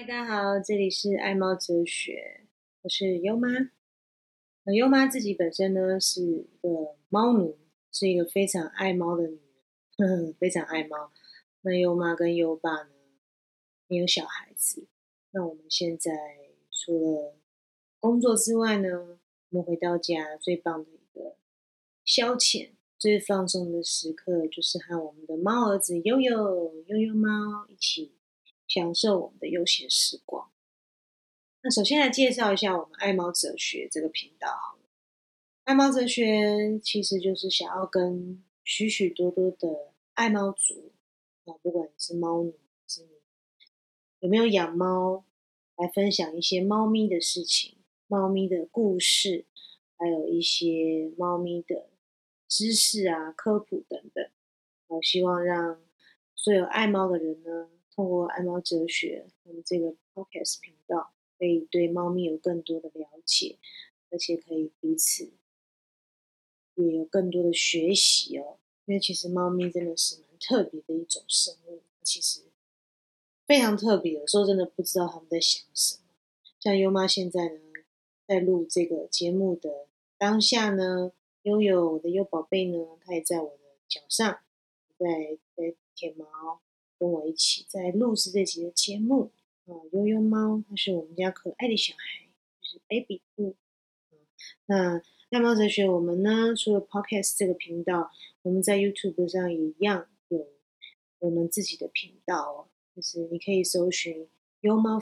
嗨，大家好，这里是爱猫哲学，我是优妈。优妈自己本身呢是一个猫奴，是一个非常爱猫的女人，非常爱猫。那优妈跟优爸呢没有小孩子，那我们现在除了工作之外呢，我们回到家最棒的一个消遣、最放松的时刻，就是和我们的猫儿子悠悠猫一起享受我们的悠闲时光。那首先来介绍一下我们爱猫哲学这个频道好了。爱猫哲学其实就是想要跟许许多多的爱猫族不管你是猫奴还是你有没有养猫，来分享一些猫咪的事情、猫咪的故事，还有一些猫咪的知识啊、科普等等。希望让所有爱猫的人呢，通过爱猫哲学，我们这个 podcast 频道，可以对猫咪有更多的了解，而且可以彼此也有更多的学习哦。因为其实猫咪真的是蛮特别的一种生物，其实非常特别，有时候真的不知道他们在想什么。像优妈现在呢，在录这个节目的当下呢，悠悠我的优宝贝呢，它也在我的脚上，在舔毛，跟我一起在录制这集的节目。悠悠猫它是我们家可爱的小孩，就是 baby 兔。那爱猫哲学我们呢，除了 podcast 这个频道，我们在 YouTube 上也一样有我们自己的频道哦。就是你可以搜寻优猫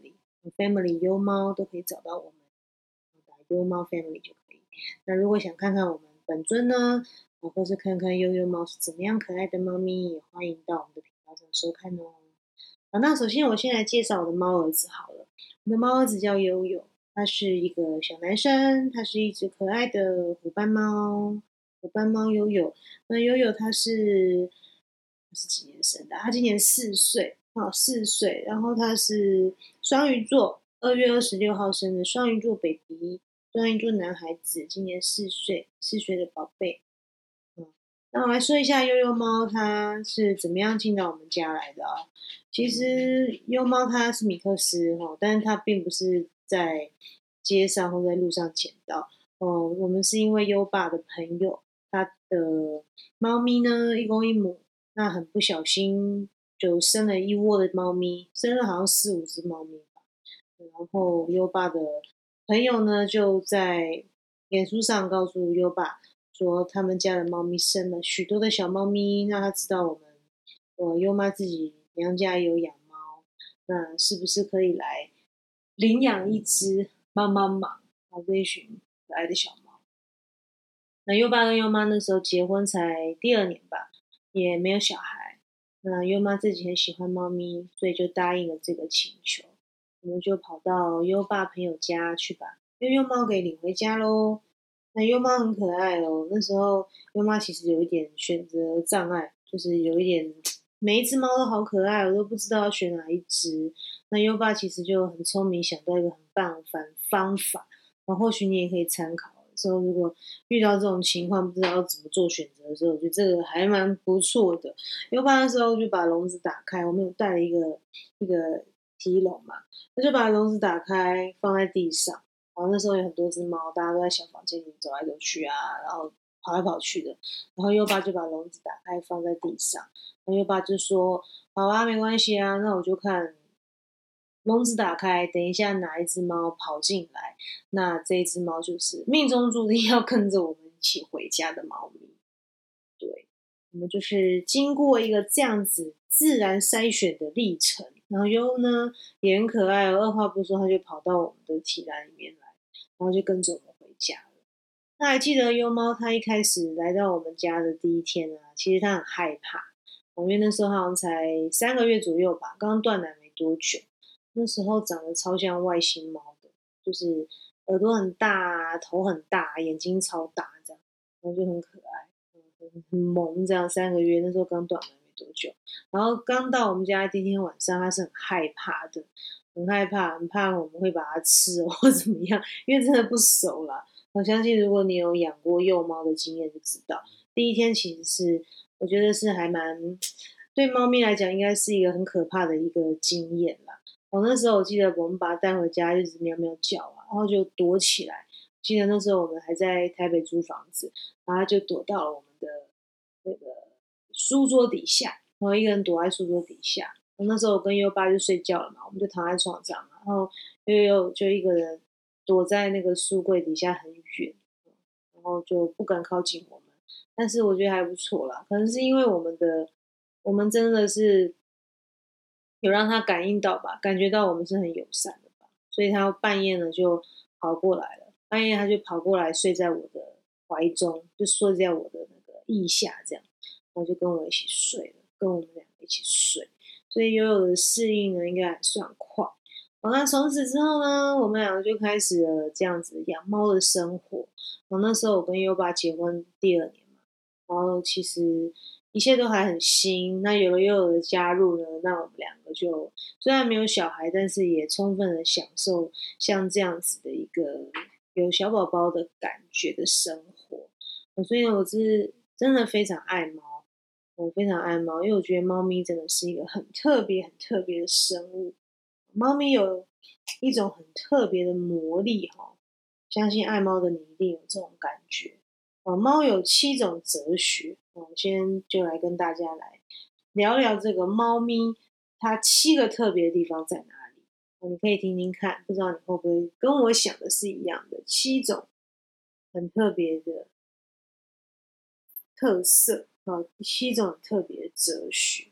Family 优猫都可以找到我们，打优猫 Family 就可以。那如果想看看我们本尊呢，或是看看悠悠猫是怎么样可爱的猫咪，也欢迎到我们的频道上收看哦。好，那首先我先来介绍我的猫儿子好了。我的猫儿子叫悠悠，他是一个小男生，他是一只可爱的虎斑猫，虎斑猫悠悠。那悠悠他是几年生的？他今年4岁，4岁。然后他是双鱼座，2月26号生的双鱼座 baby，双鱼座男孩子，今年4岁的宝贝。那我来说一下悠悠猫它是怎么样进到我们家来的啊？其实悠猫它是米克斯但是它并不是在街上或在路上捡到我们是因为优爸的朋友，他的猫咪呢一公一母，那很不小心就生了一窝的猫咪，生了好像4、5只猫咪吧。然后优爸的朋友呢就在脸书上告诉优爸说，他们家的猫咪生了许多的小猫咪，让他知道我优妈自己娘家也有养猫，那是不是可以来领养一只帮忙这一群可爱的小猫？那优爸跟优妈那时候结婚才第2年吧，也没有小孩。那优妈自己很喜欢猫咪，所以就答应了这个请求。我们就跑到优爸朋友家去把悠悠猫给领回家喽。那优猫很可爱哦，那时候优妈其实有一点选择障碍，就是有一点每一只猫都好可爱，我都不知道要选哪一只。那优爸其实就很聪明，想到一个很棒的方法，然后或许你也可以参考。所以如果遇到这种情况，不知道要怎么做选择的时候，我觉得这个还蛮不错的。优爸那时候就把笼子打开，我们有带了一个提笼嘛，他就把笼子打开放在地上。然后那时候有很多只猫，大家都在小房间里走来走去啊，然后跑来跑去的。然后优爸就把笼子打开放在地上，然后优爸就说：“好啊，没关系啊，那我就看笼子打开，等一下哪一只猫跑进来，那这一只猫就是命中注定要跟着我们一起回家的猫咪。”对，我们就是经过一个这样子自然筛选的历程，然后优呢也很可爱哦，二话不说它就跑到我们的体篮里面来，然后就跟着我们回家了。那还记得优猫它一开始来到我们家的第一天啊，其实它很害怕，因为那时候好像才3个月左右吧，刚断奶没多久，那时候长得超像外星猫的，就是耳朵很大啊，头很大，眼睛超大这样，然后就很可爱。很萌，这样3个月，那时候刚断奶没多久，然后刚到我们家第一天晚上，他是很害怕的，很害怕，很怕我们会把它吃或怎么样，因为真的不熟啦。我相信如果你有养过幼猫的经验，就知道第一天其实是我觉得是还蛮对猫咪来讲，应该是一个很可怕的一个经验啦。 那时候我记得我们把它带回家，一直喵喵叫啊，然后就躲起来。记得那时候我们还在台北租房子，然后它就躲到了我们的那个书桌底下，然后一个人躲在书桌底下。那时候我跟优爸就睡觉了嘛，我们就躺在床上，然后悠就一个人躲在那个书柜底下很远，然后就不敢靠近我们。但是我觉得还不错啦，可能是因为我们真的是有让他感应到吧，感觉到我们是很友善的吧，所以他半夜呢就跑过来了，半夜他就跑过来睡在我的怀中，就睡在我的那个腋下这样，然后就跟我一起睡了，跟我们两个一起睡，所以悠悠的适应呢应该还算快。好，那从此之后呢，我们两个就开始了这样子养猫的生活。那时候我跟优爸结婚第2年嘛，然后其实一切都还很新。那有了悠悠的加入呢，那我们两个就虽然没有小孩，但是也充分的享受像这样子的一个有小宝宝的感觉的生活。所以呢，我是真的非常爱猫，我非常爱猫，因为我觉得猫咪真的是一个很特别、很特别的生物。猫咪有一种很特别的魔力哈，相信爱猫的你一定有这种感觉。猫有7种哲学，我先就来跟大家来聊聊这个猫咪它7个特别的地方在哪里。你可以听听看，不知道你会不会跟我想的是一样的7种很特别的特色7种很特别的哲学。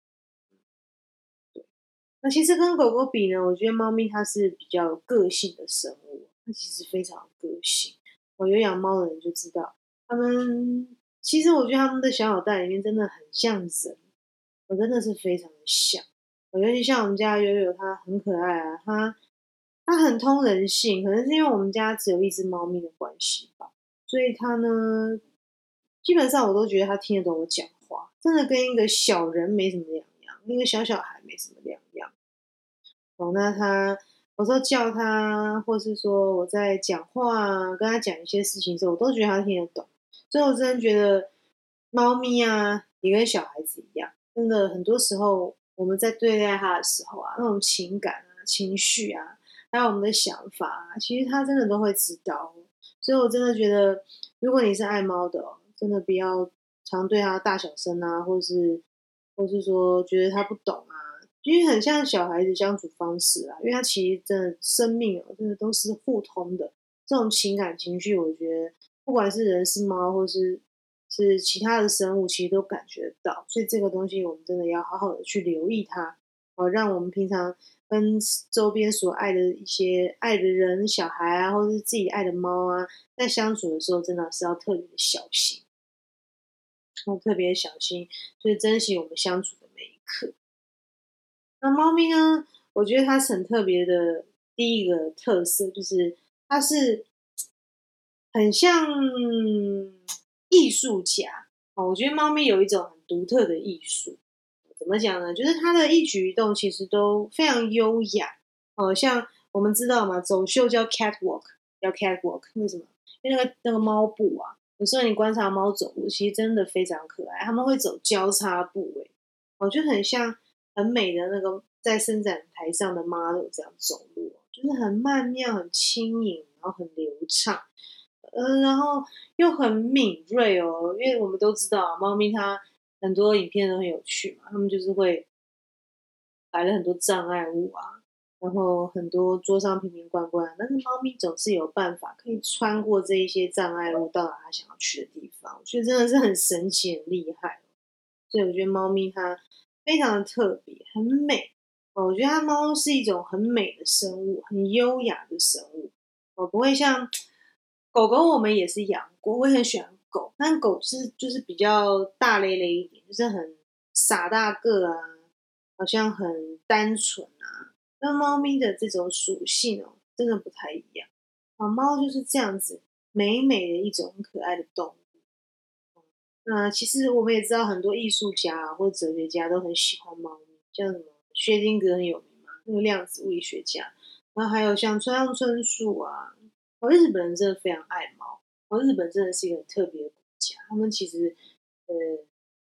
那其实跟狗狗比呢，我觉得猫咪它是比较有个性的生物，它其实非常有个性。有养猫的人就知道，它们其实我觉得它们的小脑袋里面真的很像人，我真的是非常的像。尤其像我们家悠悠，它很可爱啊，它很通人性，可能是因为我们家只有一只猫咪的关系吧，所以它呢，基本上我都觉得它听得懂我讲话，真的跟一个小人没什么两样，一个小孩没什么两样。那我说叫他，或是说我在讲话啊，跟他讲一些事情的时候，我都觉得他听得懂。所以我真的觉得猫咪啊，也跟小孩子一样，真的很多时候我们在对待它的时候啊，那种情感啊、情绪啊，还有我们的想法啊，其实它真的都会知道。所以我真的觉得，如果你是爱猫的真的不要常对它大小声啊，或是说觉得它不懂啊。因为很像小孩子相处方式啊，因为他其实真的生命真的都是互通的。这种情感情绪，我觉得不管是人是猫，或是其他的生物，其实都感觉得到。所以这个东西，我们真的要好好的去留意它，让我们平常跟周边所爱的一些爱的人、小孩啊，或者是自己爱的猫啊，在相处的时候，真的是要特别的小心，特别小心，就是珍惜我们相处的每一刻。那猫咪呢？我觉得它是很特别的。第一个特色就是它是很像艺术家我觉得猫咪有一种很独特的艺术。怎么讲呢？就是它的一举一动其实都非常优雅像我们知道嘛，走秀叫 catwalk，叫 catwalk，为什么？因为那个猫步啊，有时候你观察猫走路，其实真的非常可爱，它们会走交叉步就很像很美的那个在伸展台上的 model 这样走路，就是很曼妙、很轻盈，然后很流畅，然后又很敏锐因为我们都知道猫咪它很多影片都很有趣嘛，它们就是会摆了很多障碍物啊，然后很多桌上瓶瓶罐罐，但是猫咪总是有办法可以穿过这一些障碍物到达它想要去的地方，我觉得真的是很神奇、很厉害。所以我觉得猫咪它非常的特别，很美我觉得它猫是一种很美的生物，很优雅的生物不会像狗狗，我们也是养过，我也很喜欢狗，但狗就是比较大咧咧一点，就是很傻大个啊，好像很单纯啊。那猫咪的这种属性真的不太一样猫就是这样子美美的一种很可爱的动物。那其实我们也知道，很多艺术家或者哲学家都很喜欢猫咪，像什么薛定谔很有名嘛，那个量子物理学家，然后还有像村上春树啊，日本人真的非常爱猫，日本真的是一个很特别的国家，他们其实真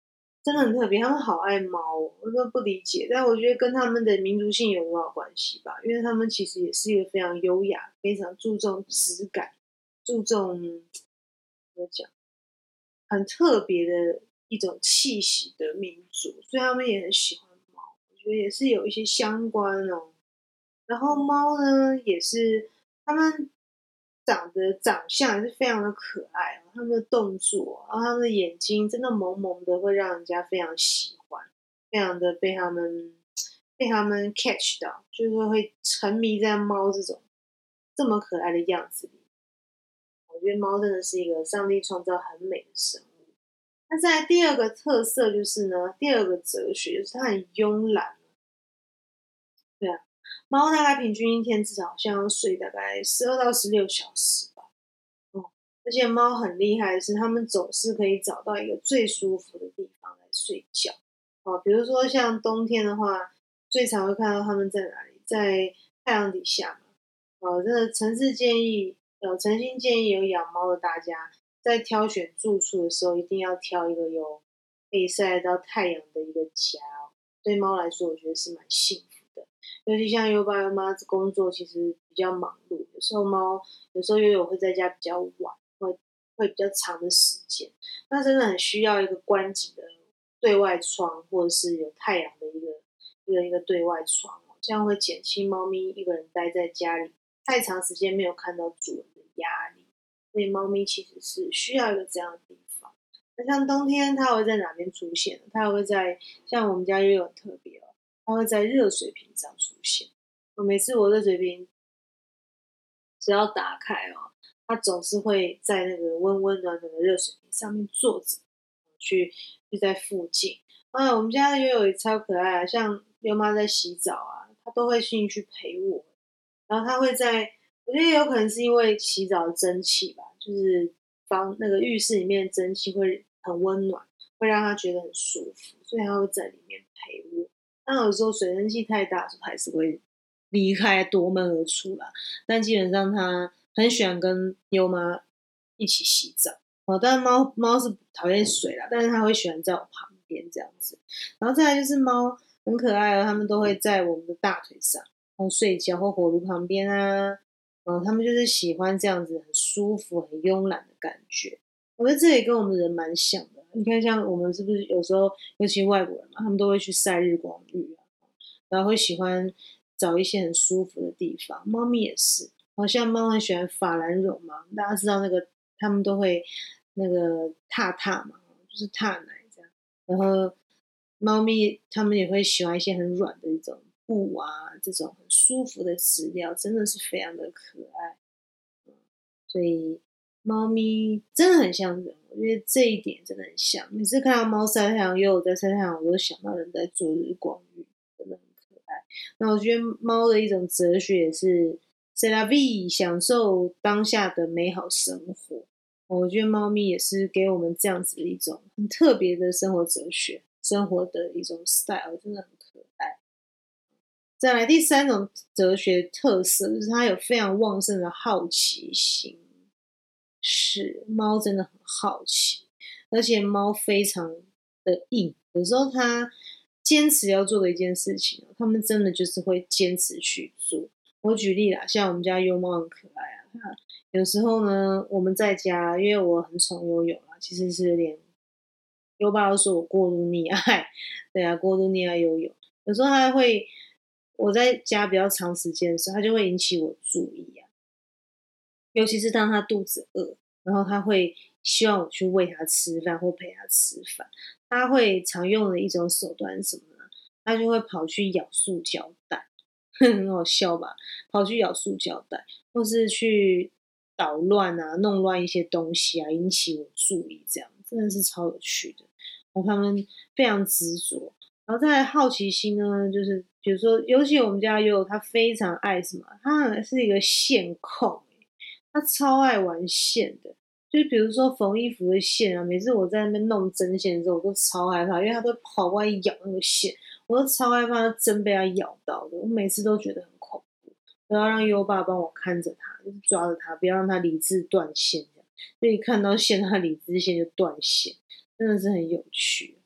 真的很特别，他们好爱猫哦，我都不理解。但我觉得跟他们的民族性有很大关系吧，因为他们其实也是一个非常优雅、非常注重质感、注重怎么讲，很特别的一种气息的民族，所以他们也很喜欢猫。我觉得也是有一些相关哦。然后猫呢，也是它们长相也是非常的可爱哦，它们的动作，然后它们的眼睛真的萌萌的，会让人家非常喜欢，非常的被它们 catch 到，就是会沉迷在猫这种这么可爱的样子里。我觉得猫真的是一个上帝创造很美的生物。那再来第二个特色就是呢，第二个哲学就是它很慵懒。对啊，猫大概平均一天至少好像要睡大概12到16小时吧。而且猫很厉害的是，它们总是可以找到一个最舒服的地方来睡觉。比如说像冬天的话，最常会看到它们在哪里，在太阳底下嘛。这个诚心建议有养猫的大家，在挑选住处的时候，一定要挑一个有可以晒得到太阳的一个家哦。对猫来说，我觉得是蛮幸福的。尤其像优爸优妈工作其实比较忙碌，有时候悠悠会在家比较晚，会比较长的时间，那真的很需要一个关紧的对外窗，或者是有太阳的一个对外窗哦，这样会减轻猫咪一个人待在家里太长时间没有看到主人的压力。所以猫咪其实是需要一个这样的地方。那像冬天它会在哪边出现呢？它会在像我们家悠悠很特别哦，它会在热水瓶上出现。每次我热水瓶只要打开哦，它总是会在那个温温暖暖的热水瓶上面坐着，去在附近。我们家的悠悠也超可爱啊，像优妈在洗澡啊，它都会进去陪我。然后它会在，我觉得有可能是因为洗澡的蒸汽吧，就是那个浴室里面的蒸汽会很温暖，会让它觉得很舒服，所以它会在里面陪我。那有时候水蒸气太大的时候，它还是会离开夺门而出啦。但基本上它很喜欢跟优妈一起洗澡。但猫是讨厌水啦，但是它会喜欢在我旁边这样子。然后再来就是猫很可爱哦，它们都会在我们的大腿上，然后睡觉或火炉旁边啊。它们就是喜欢这样子很舒服、很慵懒的感觉。我觉得这也跟我们人蛮像的。你看，像我们是不是有时候，尤其外国人嘛，他们都会去晒日光浴啊，然后会喜欢找一些很舒服的地方。猫咪也是，好像猫很喜欢法兰绒嘛，大家知道那个他们都会那个踏嘛，就是踏奶这样。然后猫咪它们也会喜欢一些很软的一种布啊，这种很舒服的质料，真的是非常的可爱。所以猫咪真的很像人，我觉得这一点真的很像。每次看到猫晒太阳，又有在晒太阳，我都想到人在做日光浴，真的很可爱。那我觉得猫的一种哲学也是 "C'est la vie"，享受当下的美好生活。我觉得猫咪也是给我们这样子的一种很特别的生活哲学，生活的一种 style，真的很可爱。再来第三种哲学特色，就是它有非常旺盛的好奇心。是，猫真的很好奇，而且猫非常的硬，有时候它坚持要做的一件事情，它们真的就是会坚持去做。我举例啦，像我们家优猫很可爱啊，它有时候呢，我们在家，因为我很宠悠悠啦，其实是有点，优爸都说我过度溺爱，对啊，过度溺爱悠悠，有时候它会，我在家比较长时间的时候，它就会引起我注意啊。尤其是当他肚子饿，然后他会希望我去喂他吃饭或陪他吃饭。他会常用的一种手段是什么呢？他就会跑去咬塑胶袋，很好笑吧？跑去咬塑胶袋，或是去捣乱啊、弄乱一些东西啊，引起我注意，这样真的是超有趣的。然后他们非常执着，然后再来好奇心呢，就是比如说，尤其我们家悠悠，他非常爱什么？他是一个线控。他超爱玩线的，就是比如说缝衣服的线啊，每次我在那边弄针线的时候，我都超害怕，因为他都跑过来咬那个线，我都超害怕针被他咬到的，我每次都觉得很恐怖。我要让优爸帮我看着他，就是抓着他，不要让他理智断线这样。所以看到线，他理智线就断线，真的是很有趣。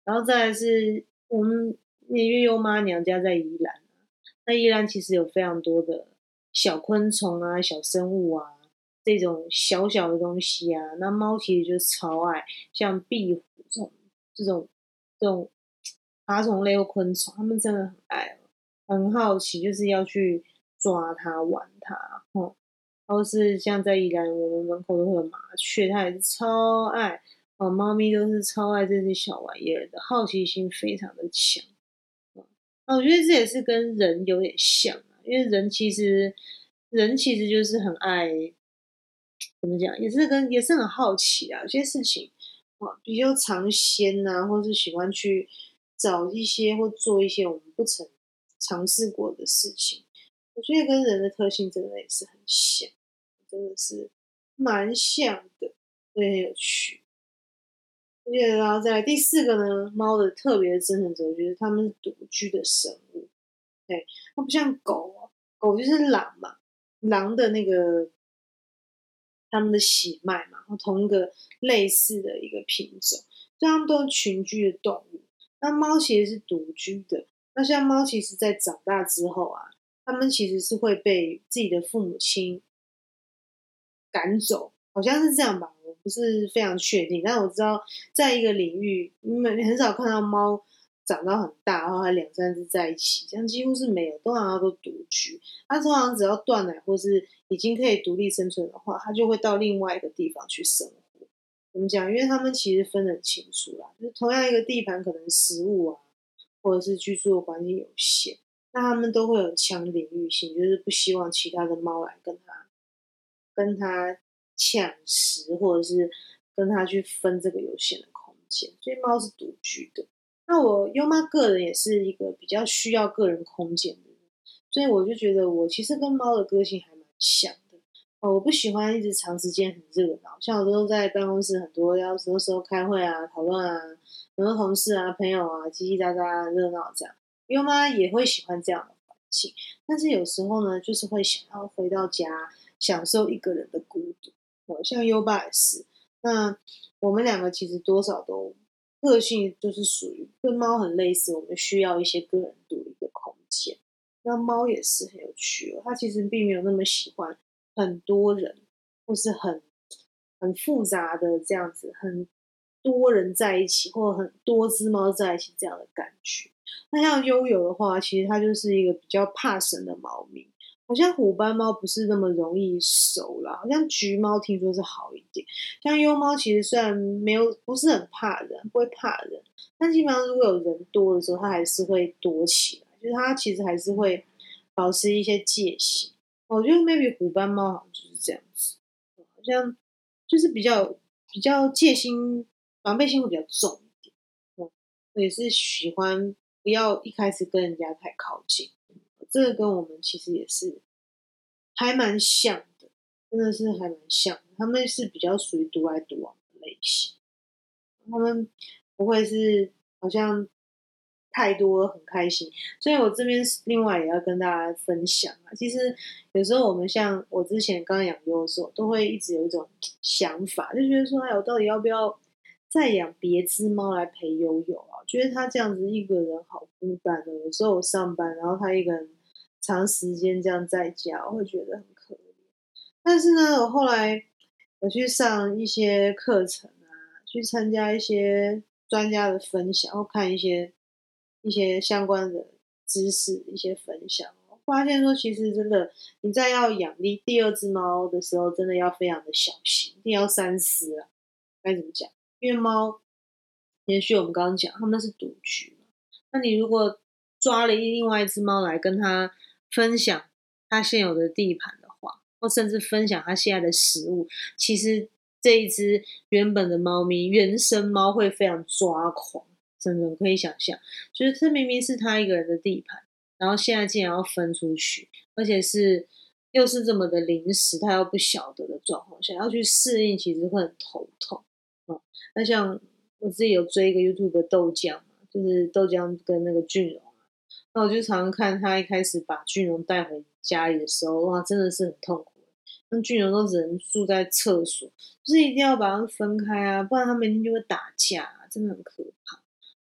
然后再来是我们因为优妈娘家在宜兰，那宜兰其实有非常多的小昆虫啊、小生物啊，这种小小的东西啊，那猫其实就超爱，像壁虎这种这种爬虫类或昆虫，它们真的很爱，很好奇，就是要去抓它、玩它，或是像在宜兰，我们门口都会有麻雀，它也是超爱。猫咪都是超爱这些小玩意儿的，好奇心非常的强。我觉得这也是跟人有点像啊，因为人其实就是很爱，怎么讲，也是很好奇啊，有些事情比较尝鲜啊，或是喜欢去找一些或做一些我们不曾尝试过的事情。我觉得跟人的特性真的也是很像，真的是蛮像的，所以很有趣。然后再来第四个呢，猫的特别的精神哲学是它们是独居的生物，对，它不像狗哦，狗就是狼嘛，狼的那个它们的血脉嘛，同一个类似的一个品种，所以它们都是群居的动物。那猫其实是独居的，那像猫其实在长大之后啊，它们其实是会被自己的父母亲赶走，好像是这样吧，我不是非常确定。但我知道，在一个领域，你们很少看到猫长到很大，然后还两三只在一起，这样几乎是没有，通常它都独居。它通常只要断奶或是已经可以独立生存的话，它就会到另外一个地方去生活。怎么讲？因为他们其实分得很清楚啦，就是同样一个地盘，可能食物啊，或者是居住的环境有限，那他们都会有强领域性，就是不希望其他的猫来跟他抢食，或者是跟他去分这个有限的空间，所以猫是独居的。那我优妈个人也是一个比较需要个人空间的人，所以我就觉得我其实跟猫的个性还蛮像的。我不喜欢一直长时间很热闹，像我都在办公室很多要什么时候开会啊、讨论啊，很多同事啊、朋友啊叽叽喳喳热闹这样。优妈也会喜欢这样的环境，但是有时候呢，就是会想要回到家，享受一个人的孤独。像优爸也是，那我们两个其实多少都个性就是属于跟猫很类似，我们需要一些个人独立的空间。那猫也是很有趣哦，它其实并没有那么喜欢很多人，或是很复杂的这样子，很多人在一起，或很多只猫在一起这样的感觉。那像悠悠的话，其实它就是一个比较怕生的猫咪。好像虎斑猫不是那么容易熟啦，好像橘猫听说是好一点。像优猫其实虽然不是很怕人，不会怕人，但基本上如果有人多的时候，它还是会躲起来，就是它其实还是会保持一些戒心。我觉得 maybe 虎斑猫好像就是这样子，好像就是比较戒心、防备心会比较重一点。我也是喜欢不要一开始跟人家太靠近。这个跟我们其实也是还蛮像的，真的是还蛮像的。他们是比较属于独来独往的类型，他们不会是好像太多很开心。所以我这边另外也要跟大家分享啊，其实有时候我们像我之前刚养优的时候，都会一直有一种想法，就觉得说，哎，我到底要不要再养别只猫来陪悠悠啊？觉得他这样子一个人好孤单哦。有时候我上班，然后他一个人长时间这样在家，我会觉得很可怜。但是呢，我后来有去上一些课程啊，去参加一些专家的分享，或看一些相关的知识，一些分享，我发现说，其实真的你在要养第二只猫的时候，真的要非常的小心，一定要三思啊。该怎么讲？因为猫，延续我们刚刚讲，它们是独居嘛，那你如果抓了另外一只猫来跟它分享它现有的地盘的话，或甚至分享它现在的食物，其实这一只原本的猫咪原生猫会非常抓狂，真的可以想象，就是这明明是它一个人的地盘，然后现在竟然要分出去，而且又是这么的临时，它又不晓得的状况下，要去适应，其实会很头痛。那像我自己有追一个 YouTube 的豆浆嘛，就是豆浆跟那个俊荣啊，那我就常常看他一开始把俊荣带回家里的时候，哇，真的是很痛苦。那俊荣都只能住在厕所，就是一定要把他们分开啊，不然他们一定就会打架啊，真的很可怕。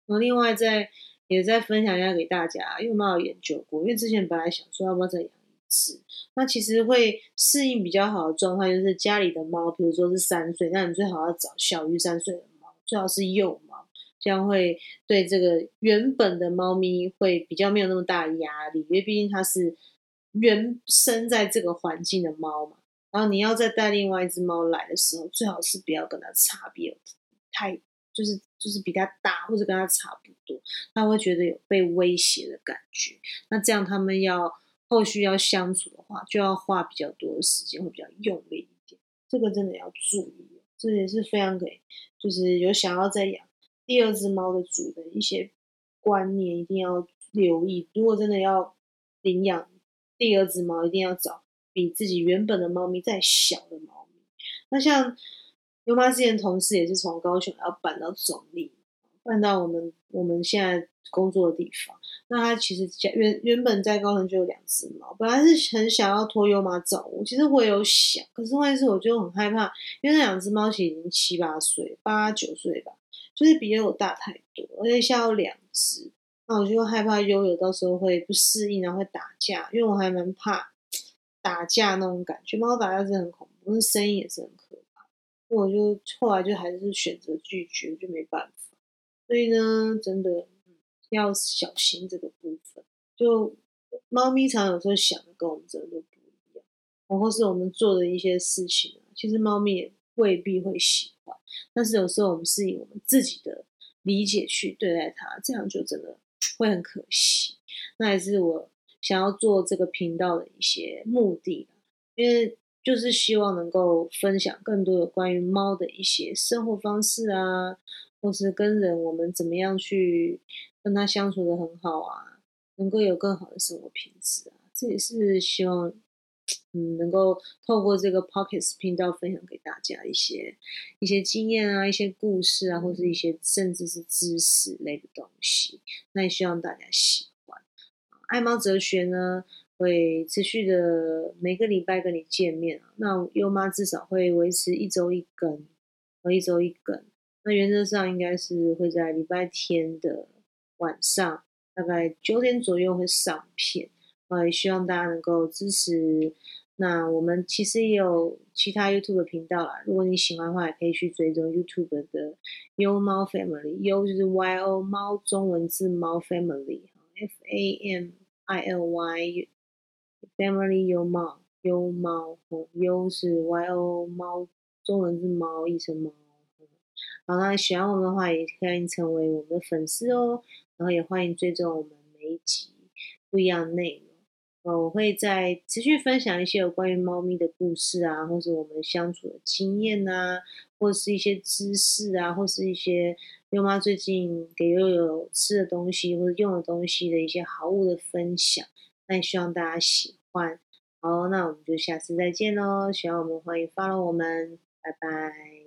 我另外也在分享一下给大家，因为我有研究过，因为之前本来想说要不要再养一只，那其实会适应比较好的状态就是家里的猫，比如说是3岁，那你最好要找小于3岁的猫，最好是幼猫，这样会对这个原本的猫咪会比较没有那么大的压力，因为毕竟它是原生在这个环境的猫嘛。然后你要再带另外一只猫来的时候，最好是不要跟它差别太，就是比它大，或者跟它差不多，它会觉得有被威胁的感觉。那这样他们后续要相处的话，就要花比较多的时间，会比较用力一点。这个真的要注意，这也是非常给就是有想要再养第二只猫的主的一些观念，一定要留意。如果真的要领养第二只猫，一定要找比自己原本的猫咪再小的猫咪。那像优妈之前同事也是从高雄要搬到中立，搬到我们现在工作的地方。那他其实原本在高雄就有2只猫，本来是很想要托优妈照顾，其实我也有想，可是问题是我就很害怕，因为那2只猫其实已经7、8岁、8、9岁吧，就是比悠悠大太多，而且现在有2只，那我就害怕悠悠到时候会不适应，然后会打架，因为我还蛮怕打架那种感觉，猫打架是很恐怖，那声音也是很可怕，所以我就后来就还是选择拒绝，就没办法。所以呢，真的要小心这个部分。就猫咪常有时候想的跟我们真的都不一样，或是我们做的一些事情啊，其实猫咪也未必会喜欢。但是有时候我们是以我们自己的理解去对待它，这样就真的会很可惜。那也是我想要做这个频道的一些目的，因为就是希望能够分享更多有关于猫的一些生活方式啊，或是跟人我们怎么样去跟它相处的很好啊，能够有更好的生活品质啊，这也是希望能够透过这个 Pockets 频道分享给大家一些经验啊，一些故事啊，或是一些甚至是知识类的东西。那也希望大家喜欢。爱猫哲学呢，会持续的每个礼拜跟你见面啊。那优妈至少会维持一周一更，一周一更。那原则上应该是会在礼拜天的晚上，大概9点左右会上片。也希望大家能够支持。那我们其实也有其他 YouTube 的频道啦，如果你喜欢的话，也可以去追踪 YouTube 的优猫 Family，优就是 YO 猫中文字猫 Family，FAMILY Family 优猫，优是 YO 猫中文字猫，译成猫。好，那喜欢我们的话，也可以成为我们的粉丝哦。然后也欢迎追踪我们每一集不一样的内容。我会在持续分享一些有关于猫咪的故事啊，或是我们相处的经验啊，或是一些知识啊，或是一些优妈最近给悠悠吃的东西或者用的东西的一些好物的分享。那也希望大家喜欢。好，那我们就下次再见喽！喜欢我们欢迎 follow 我们，拜拜。